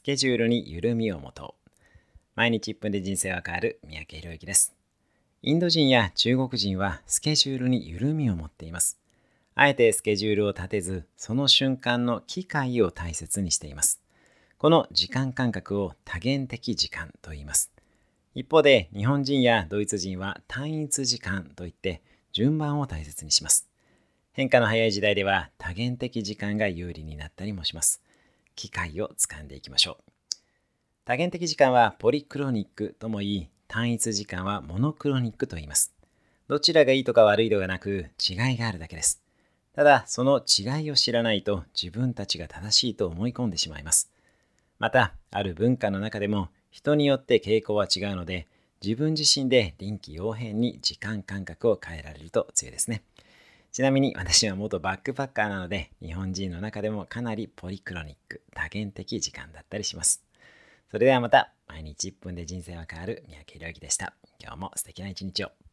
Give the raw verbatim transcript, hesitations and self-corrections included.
スケジュールに緩みを持とう。毎日いっぷんで人生は変わる三宅宏之です。インド人や中国人はスケジュールに緩みを持っています。あえてスケジュールを立てず、その瞬間の機会を大切にしています。この時間感覚を多元的時間と言います。一方で日本人やドイツ人は単一時間といって順番を大切にします。変化の早い時代では多元的時間が有利になったりもします。機会をつかんでいきましょう。多元的時間はポリクロニックとも言い、単一時間はモノクロニックと言います。どちらがいいとか悪いとかなく、違いがあるだけです。ただ、その違いを知らないと自分たちが正しいと思い込んでしまいます。また、ある文化の中でも人によって傾向は違うので、自分自身で臨機応変に時間感覚を変えられると強いですね。ちなみに私は元バックパッカーなので、日本人の中でもかなりポリクロニック、多元的時間だったりします。それではまた、毎日いっぷんで人生は変わる三宅宏之でした。今日も素敵な一日を。